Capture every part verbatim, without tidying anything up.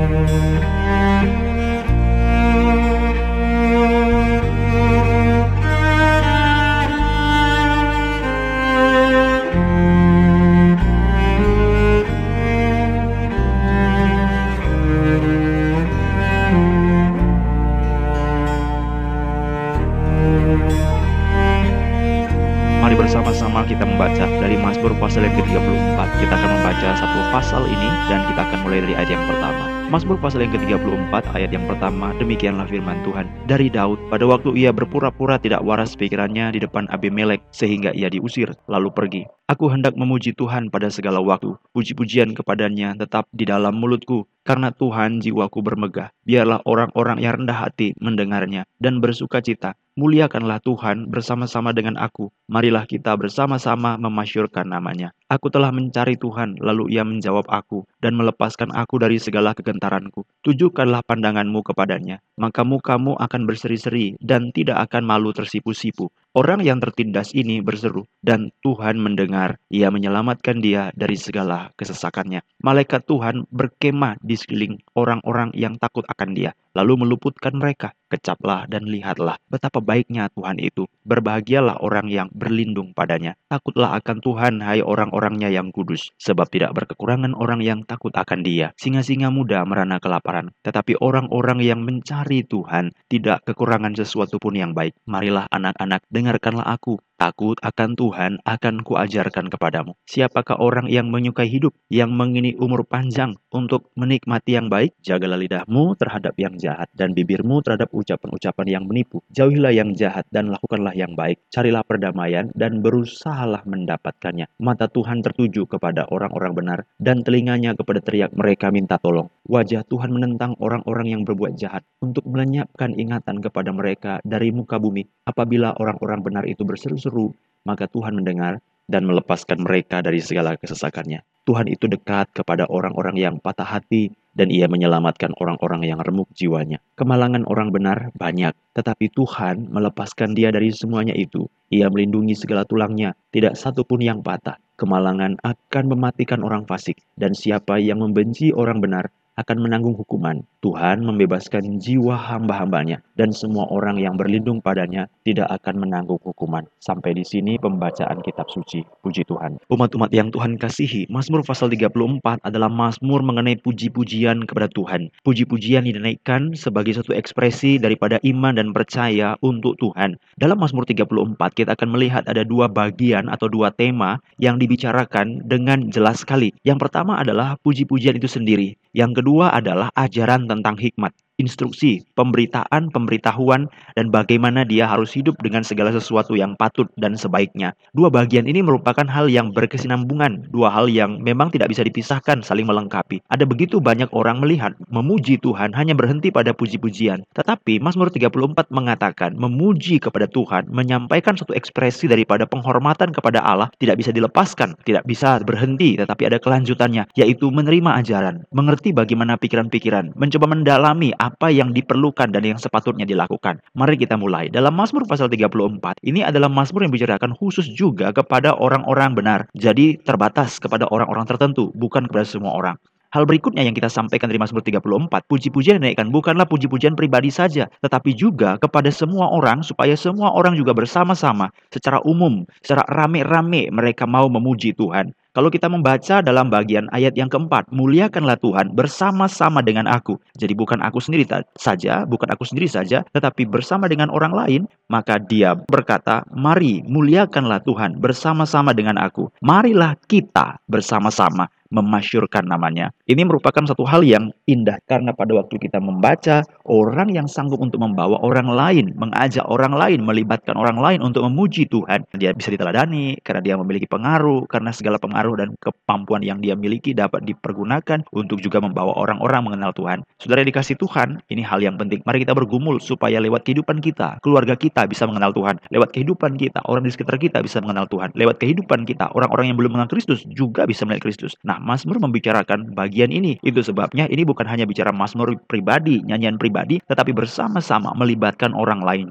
Mari bersama-sama kita membaca dari Mazmur pasal yang ke tiga puluh empat. Kita akan membaca satu pasal ini dan kita akan mulai dari ayat yang pertama. Mazmur pasal yang ke tiga puluh empat ayat yang pertama, demikianlah firman Tuhan. Dari Daud, pada waktu ia berpura-pura tidak waras pikirannya di depan Abimelek sehingga ia diusir, lalu pergi. Aku hendak memuji Tuhan pada segala waktu. Puji-pujian kepadanya tetap di dalam mulutku. Karena Tuhan jiwaku bermegah. Biarlah orang-orang yang rendah hati mendengarnya dan bersuka cita. Muliakanlah Tuhan bersama-sama dengan aku. Marilah kita bersama-sama memasyurkan namanya. Aku telah mencari Tuhan, lalu ia menjawab aku dan melepaskan aku dari segala kegentaranku. Tujukanlah pandanganmu kepadanya, maka mukamu akan berseri-seri dan tidak akan malu tersipu-sipu. Orang yang tertindas ini berseru, dan Tuhan mendengar. Ia menyelamatkan dia dari segala kesesakannya. Malaikat Tuhan berkemah di sekeliling orang-orang yang takut akan dia, lalu meluputkan mereka. Kecaplah dan lihatlah betapa baiknya Tuhan itu. Berbahagialah orang yang berlindung padanya. Takutlah akan Tuhan, hai orang-orangnya yang kudus, sebab tidak berkekurangan orang yang takut akan dia. Singa-singa muda merana kelaparan, tetapi orang-orang yang mencari Tuhan tidak kekurangan sesuatu pun yang baik. Marilah anak-anak, dengarkanlah aku. Takut akan Tuhan akan kuajarkan kepadamu. Siapakah orang yang menyukai hidup, yang mengini umur panjang untuk menikmati yang baik? Jagalah lidahmu terhadap yang jahat dan bibirmu terhadap ucapan-ucapan yang menipu. Jauhilah yang jahat dan lakukanlah yang baik. Carilah perdamaian dan berusahalah mendapatkannya. Mata Tuhan tertuju kepada orang-orang benar dan telinganya kepada teriak mereka minta tolong. Wajah Tuhan menentang orang-orang yang berbuat jahat untuk melenyapkan ingatan kepada mereka dari muka bumi. Apabila orang-orang benar itu berseru-seru, maka Tuhan mendengar dan melepaskan mereka dari segala kesesakannya. Tuhan itu dekat kepada orang-orang yang patah hati dan ia menyelamatkan orang-orang yang remuk jiwanya. Kemalangan orang benar banyak, tetapi Tuhan melepaskan dia dari semuanya itu. Ia melindungi segala tulangnya, tidak satu pun yang patah. Kemalangan akan mematikan orang fasik, dan siapa yang membenci orang benar akan menanggung hukuman. Tuhan membebaskan jiwa hamba-hambanya, dan semua orang yang berlindung padanya tidak akan menanggung hukuman. Sampai di sini pembacaan kitab suci. Puji Tuhan. Umat-umat yang Tuhan kasihi, Mazmur pasal tiga puluh empat adalah mazmur mengenai puji-pujian kepada Tuhan. Puji-pujian dinaikkan sebagai satu ekspresi daripada iman dan percaya untuk Tuhan. Dalam Mazmur tiga puluh empat kita akan melihat ada dua bagian atau dua tema yang dibicarakan dengan jelas sekali. Yang pertama adalah puji-pujian itu sendiri. Yang kedua adalah ajaran tentang hikmat, instruksi, pemberitaan, pemberitahuan, dan bagaimana dia harus hidup dengan segala sesuatu yang patut dan sebaiknya. Dua bagian ini merupakan hal yang berkesinambungan, dua hal yang memang tidak bisa dipisahkan, saling melengkapi. Ada begitu banyak orang melihat memuji Tuhan hanya berhenti pada puji-pujian. Tetapi Mazmur tiga puluh empat mengatakan memuji kepada Tuhan, menyampaikan satu ekspresi daripada penghormatan kepada Allah tidak bisa dilepaskan, tidak bisa berhenti, tetapi ada kelanjutannya, yaitu menerima ajaran, mengerti bagaimana pikiran-pikiran, mencoba mendalami apa yang diperlukan dan yang sepatutnya dilakukan. Mari kita mulai. Dalam Mazmur pasal tiga puluh empat, ini adalah Mazmur yang bicarakan khusus juga kepada orang-orang benar. Jadi terbatas kepada orang-orang tertentu, bukan kepada semua orang. Hal berikutnya yang kita sampaikan dari Mazmur tiga puluh empat, puji-pujian yang dinaikkan bukanlah puji-pujian pribadi saja, tetapi juga kepada semua orang, supaya semua orang juga bersama-sama, secara umum, secara rame-rame mereka mau memuji Tuhan. Kalau kita membaca dalam bagian ayat yang keempat, muliakanlah Tuhan bersama-sama dengan aku. Jadi bukan aku sendiri saja, bukan aku sendiri saja, tetapi bersama dengan orang lain. Maka dia berkata, mari muliakanlah Tuhan bersama-sama dengan aku. Marilah kita bersama-sama memasyurkan namanya. Ini merupakan satu hal yang indah karena pada waktu kita membaca, orang yang sanggup untuk membawa orang lain, mengajak orang lain, melibatkan orang lain untuk memuji Tuhan, dia bisa diteladani karena dia memiliki pengaruh, karena segala pengaruh dan kemampuan yang dia miliki dapat dipergunakan untuk juga membawa orang-orang mengenal Tuhan. Saudara yang dikasih Tuhan, ini hal yang penting. Mari kita bergumul supaya lewat kehidupan kita, keluarga kita bisa mengenal Tuhan. Lewat kehidupan kita, orang di sekitar kita bisa mengenal Tuhan. Lewat kehidupan kita, orang-orang yang belum mengenal Kristus juga bisa melihat Kristus. Nah, Mazmur membicarakan bagian ini. Itu sebabnya ini bukan hanya bicara Mazmur pribadi, nyanyian pribadi, tetapi bersama-sama melibatkan orang lain juga.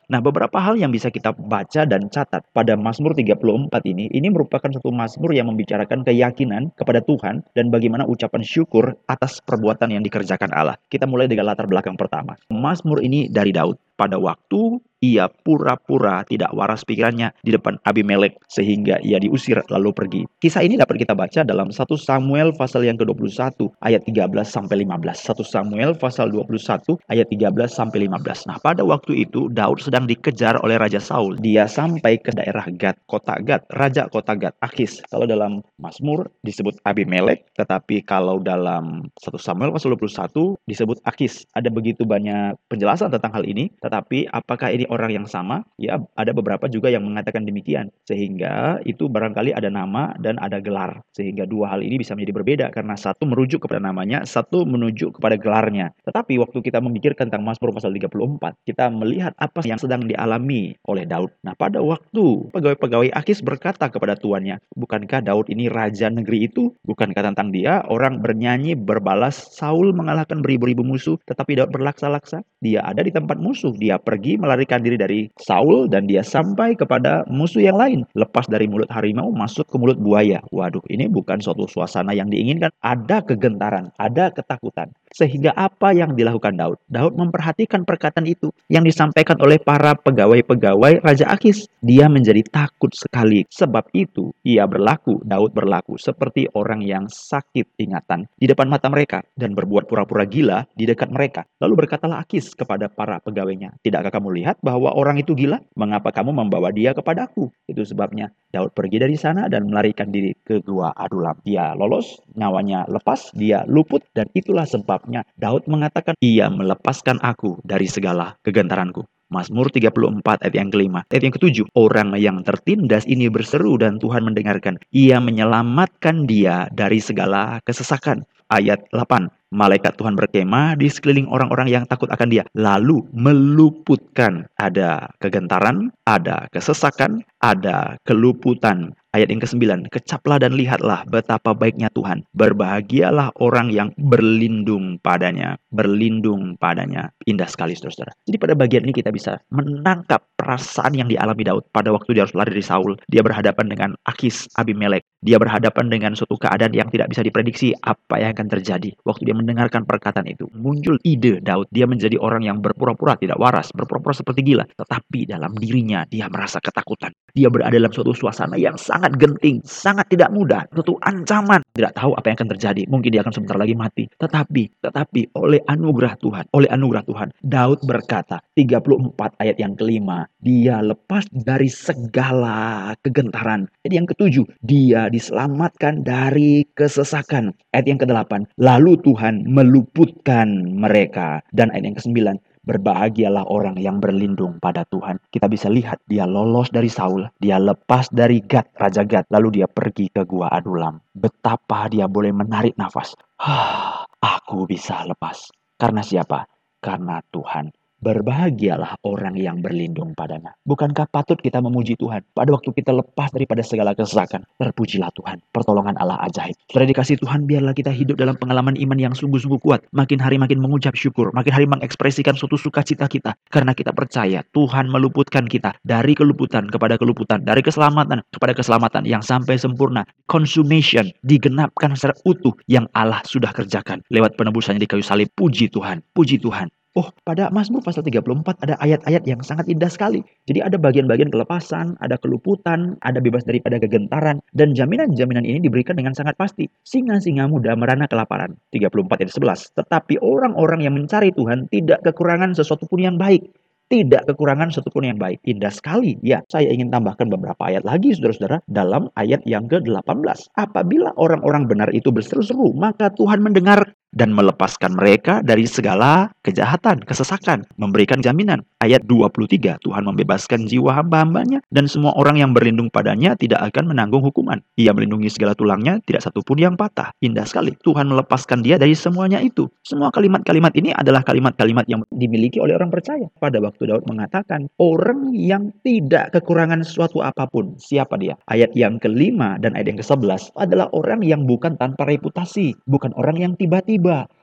Nah, beberapa hal yang bisa kita baca dan catat pada Mazmur tiga puluh empat ini, ini merupakan satu Mazmur yang membicarakan keyakinan kepada Tuhan dan bagaimana ucapan syukur atas perbuatan yang dikerjakan Allah. Kita mulai dengan latar belakang pertama. Mazmur ini dari Daud. Pada waktu ia pura-pura tidak waras pikirannya di depan Abimelek sehingga ia diusir lalu pergi. Kisah ini dapat kita baca dalam satu Samuel pasal yang ke dua puluh satu ayat tiga belas sampai lima belas. satu Samuel pasal dua puluh satu ayat tiga belas sampai lima belas. Nah, pada waktu itu Daud sedang dikejar oleh Raja Saul. Dia sampai ke daerah Gad, kota Gad, raja kota Gad, Akis. Kalau dalam Mazmur disebut Abimelek, tetapi kalau dalam satu Samuel pasal dua puluh satu disebut Akis. Ada begitu banyak penjelasan tentang hal ini. Tetapi apakah ini orang yang sama? Ya, ada beberapa juga yang mengatakan demikian. Sehingga itu barangkali ada nama dan ada gelar. Sehingga dua hal ini bisa menjadi berbeda. Karena satu merujuk kepada namanya, satu menuju kepada gelarnya. Tetapi waktu kita memikirkan tentang Mazmur pasal tiga puluh empat, kita melihat apa yang sedang dialami oleh Daud. Nah, pada waktu pegawai-pegawai Akis berkata kepada tuannya, bukankah Daud ini raja negeri itu? Bukankah tentang dia orang bernyanyi berbalas, Saul mengalahkan beribu-ribu musuh, tetapi Daud berlaksa-laksa? Dia ada di tempat musuh. Dia pergi melarikan diri dari Saul dan dia sampai kepada musuh yang lain. Lepas dari mulut harimau masuk ke mulut buaya. Waduh, ini bukan suatu suasana yang diinginkan. Ada kegentaran, ada ketakutan. Sehingga apa yang dilakukan Daud? Daud memperhatikan perkataan itu yang disampaikan oleh para pegawai-pegawai Raja Akis. Dia menjadi takut sekali. Sebab itu ia berlaku, Daud berlaku seperti orang yang sakit ingatan di depan mata mereka dan berbuat pura-pura gila di dekat mereka. Lalu berkatalah Akis kepada para pegawainya, tidakkah kamu lihat bahwa orang itu gila? Mengapa kamu membawa dia kepadaku? Itu sebabnya Daud pergi dari sana dan melarikan diri ke gua Adulam. Dia lolos, nyawanya lepas, dia luput, dan itulah sebabnya Daud mengatakan, ia melepaskan aku dari segala kegentaranku. Mazmur tiga puluh empat ayat yang kelima. Ayat yang ketujuh. Orang yang tertindas ini berseru dan Tuhan mendengarkan. Ia menyelamatkan dia dari segala kesesakan. Ayat delapan. Malaikat Tuhan berkemah di sekeliling orang-orang yang takut akan dia. Lalu meluputkan. Ada kegentaran, ada kesesakan, ada keluputan. Ayat yang kesembilan. Kecaplah dan lihatlah betapa baiknya Tuhan. Berbahagialah orang yang berlindung padanya. Berlindung padanya. Indah sekali, saudara-saudara. Jadi pada bagian ini kita bisa menangkap perasaan yang dialami Daud pada waktu dia harus lari dari Saul. Dia berhadapan dengan Akis, Abimelek. Dia berhadapan dengan suatu keadaan yang tidak bisa diprediksi apa yang akan terjadi. Waktu dia mendengarkan perkataan itu, muncul ide Daud. Dia menjadi orang yang berpura-pura tidak waras, berpura-pura seperti gila. Tetapi dalam dirinya dia merasa ketakutan. Dia berada dalam suatu suasana yang sangat genting, sangat tidak mudah, suatu ancaman. Tidak tahu apa yang akan terjadi. Mungkin dia akan sebentar lagi mati. Tetapi, tetapi oleh anugerah Tuhan, oleh anugerah Tuhan, Daud berkata, tiga puluh empat ayat yang kelima, dia lepas dari segala kegentaran. Jadi yang ketujuh, dia diselamatkan dari kesesakan. Ayat yang kedelapan, lalu Tuhan meluputkan mereka. Dan ayat yang kesembilan, berbahagialah orang yang berlindung pada Tuhan. Kita bisa lihat dia lolos dari Saul, dia lepas dari Gad, Raja Gad, lalu dia pergi ke gua Adulam. Betapa dia boleh menarik nafas. Hah, aku bisa lepas. Karena siapa? Karena Tuhan. Berbahagialah orang yang berlindung padanya. Bukankah patut kita memuji Tuhan? Pada waktu kita lepas daripada segala kesesakan, terpujilah Tuhan. Pertolongan Allah ajaib. Saudara dikasih Tuhan, biarlah kita hidup dalam pengalaman iman yang sungguh-sungguh kuat. Makin hari makin mengucap syukur. Makin hari mengekspresikan suatu sukacita kita. Karena kita percaya Tuhan meluputkan kita dari keluputan kepada keluputan. Dari keselamatan kepada keselamatan yang sampai sempurna. Consummation, digenapkan secara utuh yang Allah sudah kerjakan. Lewat penebusannya di kayu salib. Puji Tuhan. Puji Tuhan. Oh, pada Mazmur pasal tiga puluh empat ada ayat-ayat yang sangat indah sekali. Jadi ada bagian-bagian kelepasan, ada keluputan, ada bebas daripada kegentaran. Dan jaminan-jaminan ini diberikan dengan sangat pasti. Singa-singa muda merana kelaparan. tiga puluh empat ayat sebelas. Tetapi orang-orang yang mencari Tuhan tidak kekurangan sesuatu pun yang baik. Tidak kekurangan satupun yang baik. Indah sekali. Ya, saya ingin tambahkan beberapa ayat lagi, saudara-saudara, dalam ayat yang ke delapan belas. Apabila orang-orang benar itu berseru-seru, maka Tuhan mendengar dan melepaskan mereka dari segala kejahatan, kesesakan, memberikan jaminan. Ayat dua puluh tiga, Tuhan membebaskan jiwa hamba-hambanya dan semua orang yang berlindung padanya tidak akan menanggung hukuman. Ia melindungi segala tulangnya, tidak satupun yang patah. Indah sekali. Tuhan melepaskan dia dari semuanya itu. Semua kalimat-kalimat ini adalah kalimat-kalimat yang dimiliki oleh orang percaya. Pada waktu Daud mengatakan, orang yang tidak kekurangan sesuatu apapun. Siapa dia? Ayat yang kelima dan ayat yang ke sebelas adalah orang yang bukan tanpa reputasi. Bukan orang yang tiba-tiba.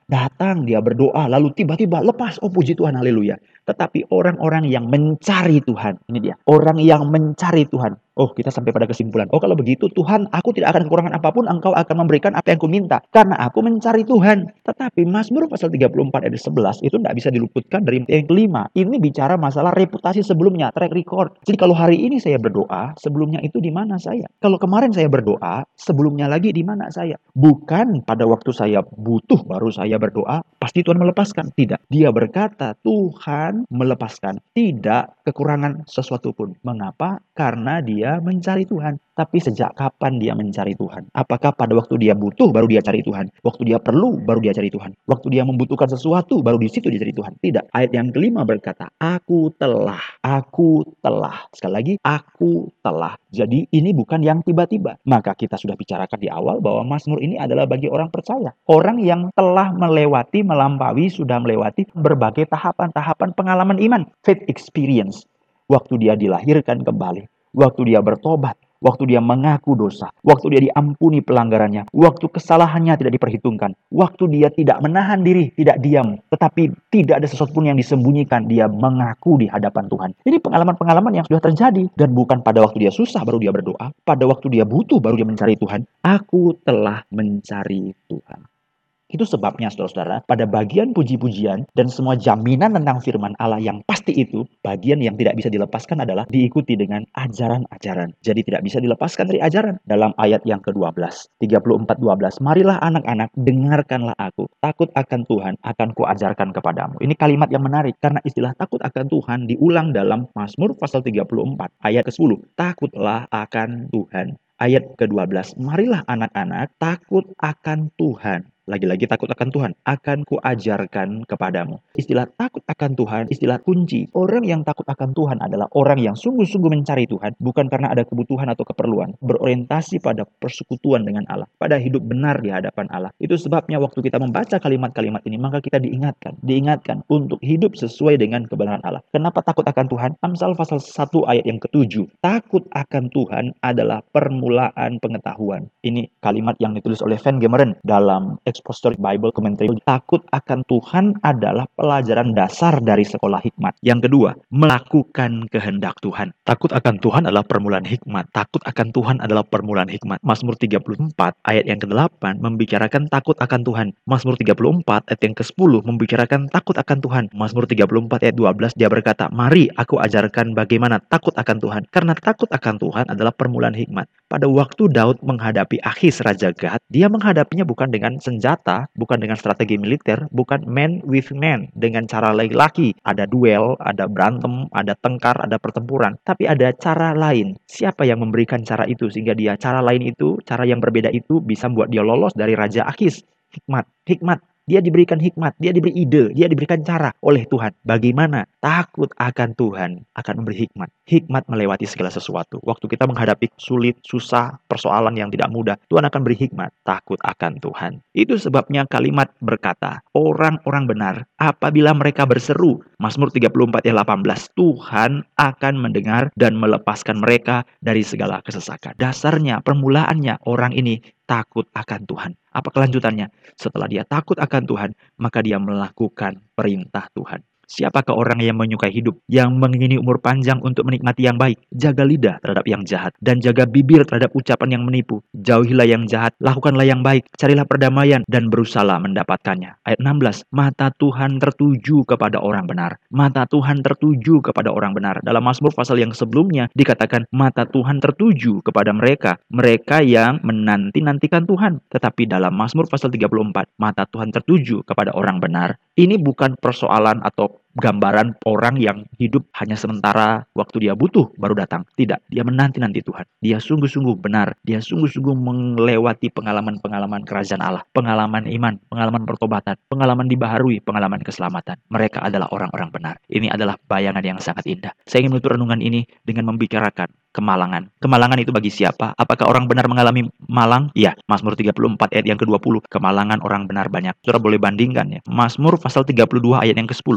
Datang, dia berdoa, lalu tiba-tiba lepas. Oh puji Tuhan, haleluya. Tetapi orang-orang yang mencari Tuhan, ini dia. Orang yang mencari Tuhan. Oh, kita sampai pada kesimpulan. Oh, kalau begitu Tuhan, aku tidak akan kekurangan apapun, Engkau akan memberikan apa yang aku minta. Karena aku mencari Tuhan. Tetapi Mazmur pasal tiga puluh empat ayat sebelas itu tidak bisa diluputkan dari yang kelima. Ini bicara masalah reputasi sebelumnya, track record. Jadi kalau hari ini saya berdoa, sebelumnya itu di mana saya? Kalau kemarin saya berdoa, sebelumnya lagi di mana saya? Bukan pada waktu saya butuh baru saya berdoa, pasti Tuhan melepaskan. Tidak. Dia berkata, Tuhan melepaskan. Tidak kekurangan sesuatu pun. Mengapa? Karena dia mencari Tuhan. Tapi sejak kapan dia mencari Tuhan? Apakah pada waktu dia butuh baru dia cari Tuhan? Waktu dia perlu baru dia cari Tuhan? Waktu dia membutuhkan sesuatu baru di situ dia cari Tuhan? Tidak. Ayat yang kelima berkata, aku telah, aku telah. Sekali lagi, aku telah. Jadi ini bukan yang tiba-tiba. Maka kita sudah bicarakan di awal bahwa Mazmur ini adalah bagi orang percaya. Orang yang telah melewati, melampaui, sudah melewati berbagai tahapan-tahapan pengalaman iman. Faith experience. Waktu dia dilahirkan kembali, waktu dia bertobat, waktu dia mengaku dosa, waktu dia diampuni pelanggarannya, waktu kesalahannya tidak diperhitungkan, waktu dia tidak menahan diri, tidak diam, tetapi tidak ada sesuatu pun yang disembunyikan, dia mengaku di hadapan Tuhan. Ini pengalaman-pengalaman yang sudah terjadi, dan bukan pada waktu dia susah baru dia berdoa, pada waktu dia butuh baru dia mencari Tuhan. Aku telah mencari Tuhan. Itu sebabnya saudara-saudara, pada bagian puji-pujian dan semua jaminan tentang firman Allah yang pasti itu, bagian yang tidak bisa dilepaskan adalah diikuti dengan ajaran-ajaran. Jadi tidak bisa dilepaskan dari ajaran. Dalam ayat yang ke-dua belas, tiga puluh empat dua belas, marilah anak-anak, dengarkanlah aku. Takut akan Tuhan akan kuajarkan kepadamu. Ini kalimat yang menarik, karena istilah takut akan Tuhan diulang dalam Mazmur pasal tiga puluh empat, ayat ke sepuluh. Takutlah akan Tuhan. Ayat ke-dua belas, marilah anak-anak, takut akan Tuhan. Lagi-lagi takut akan Tuhan, akan kuajarkan kepadamu. Istilah takut akan Tuhan, istilah kunci. Orang yang takut akan Tuhan adalah orang yang sungguh-sungguh mencari Tuhan, bukan karena ada kebutuhan atau keperluan. Berorientasi pada persekutuan dengan Allah, pada hidup benar di hadapan Allah. Itu sebabnya waktu kita membaca kalimat-kalimat ini, maka kita diingatkan, diingatkan untuk hidup sesuai dengan kebenaran Allah. Kenapa takut akan Tuhan? Amsal pasal satu ayat yang ketujuh. Takut akan Tuhan adalah permulaan pengetahuan. Ini kalimat yang ditulis oleh Van Gemeren dalam Expository Bible Commentary. Takut akan Tuhan adalah pelajaran dasar dari sekolah hikmat. Yang kedua, melakukan kehendak Tuhan. Takut akan Tuhan adalah permulaan hikmat. Takut akan Tuhan adalah permulaan hikmat. Mazmur tiga puluh empat ayat yang kedelapan membicarakan takut akan Tuhan. Mazmur tiga puluh empat ayat yang kesepuluh membicarakan takut akan Tuhan. Mazmur tiga puluh empat ayat dua belas dia berkata, mari aku ajarkan bagaimana takut akan Tuhan. Karena takut akan Tuhan adalah permulaan hikmat. Pada waktu Daud menghadapi Akhis Raja Gat, dia menghadapinya bukan dengan senjata, bukan dengan strategi militer, bukan man with man, dengan cara laki-laki. Ada duel, ada berantem, ada tengkar, ada pertempuran. Tapi ada cara lain. Siapa yang memberikan cara itu? Sehingga dia cara lain itu, cara yang berbeda itu bisa membuat dia lolos dari Raja Akhis. Hikmat, hikmat. Dia diberikan hikmat, dia diberi ide, dia diberikan cara oleh Tuhan. Bagaimana? Takut akan Tuhan akan memberi hikmat. Hikmat melewati segala sesuatu. Waktu kita menghadapi sulit, susah, persoalan yang tidak mudah, Tuhan akan beri hikmat. Takut akan Tuhan. Itu sebabnya kalimat berkata, orang-orang benar apabila mereka berseru, Mazmur tiga puluh empat ayat delapan belas, Tuhan akan mendengar dan melepaskan mereka dari segala kesesakan. Dasarnya, permulaannya, orang ini takut akan Tuhan. Apa kelanjutannya? Setelah dia takut akan Tuhan, maka dia melakukan perintah Tuhan. Siapakah orang yang menyukai hidup, yang mengingini umur panjang untuk menikmati yang baik? Jaga lidah terhadap yang jahat, dan jaga bibir terhadap ucapan yang menipu. Jauhilah yang jahat, lakukanlah yang baik, carilah perdamaian, dan berusahalah mendapatkannya. Ayat enam belas, mata Tuhan tertuju kepada orang benar. Mata Tuhan tertuju kepada orang benar. Dalam Mazmur pasal yang sebelumnya dikatakan, mata Tuhan tertuju kepada mereka, mereka yang menanti-nantikan Tuhan. Tetapi dalam Mazmur pasal tiga puluh empat, mata Tuhan tertuju kepada orang benar. Ini bukan persoalan atau gambaran orang yang hidup hanya sementara, waktu dia butuh baru datang. Tidak, dia menanti-nanti Tuhan. Dia sungguh-sungguh benar, dia sungguh-sungguh melewati pengalaman-pengalaman kerajaan Allah, pengalaman iman, pengalaman pertobatan, pengalaman dibaharui, pengalaman keselamatan. Mereka adalah orang-orang benar. Ini adalah bayangan yang sangat indah. Saya ingin menutup renungan ini dengan membicarakan kemalangan. Kemalangan itu bagi siapa? Apakah orang benar mengalami malang? Ya, Mazmur tiga puluh empat ayat yang ke dua puluh, kemalangan orang benar banyak. Saudara boleh bandingkan ya. Mazmur pasal tiga puluh dua ayat yang ke sepuluh, itu bicara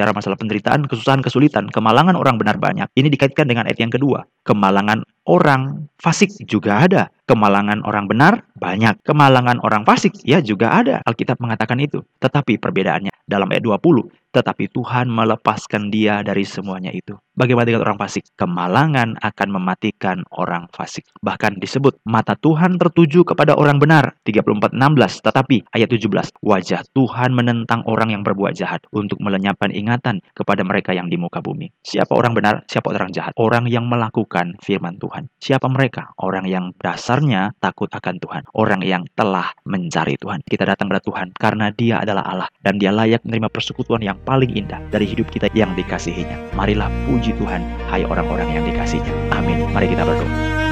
berbicara masalah penderitaan, kesusahan, kesulitan, kemalangan orang benar banyak. Ini dikaitkan dengan ayat yang kedua. Kemalangan orang fasik juga ada. Kemalangan orang benar banyak. Kemalangan orang fasik ya juga ada. Alkitab mengatakan itu. Tetapi perbedaannya dalam ayat dua puluh. Tetapi Tuhan melepaskan dia dari semuanya itu. Bagaimana dengan orang fasik? Kemalangan akan mematikan orang fasik. Bahkan disebut mata Tuhan tertuju kepada orang benar. tiga puluh empat enam belas. Tetapi ayat tujuh belas. Wajah Tuhan menentang orang yang berbuat jahat untuk melenyapkan ingatan kepada mereka yang di muka bumi. Siapa orang benar? Siapa orang jahat? Orang yang melakukan firman Tuhan. Siapa mereka? Orang yang dasarnya takut akan Tuhan. Orang yang telah mencari Tuhan. Kita datang kepada Tuhan karena Dia adalah Allah. Dan Dia layak menerima persekutuan yang paling indah dari hidup kita yang dikasihinya. Marilah puji Tuhan, hai orang-orang yang dikasihinya. Amin. Mari kita berdoa.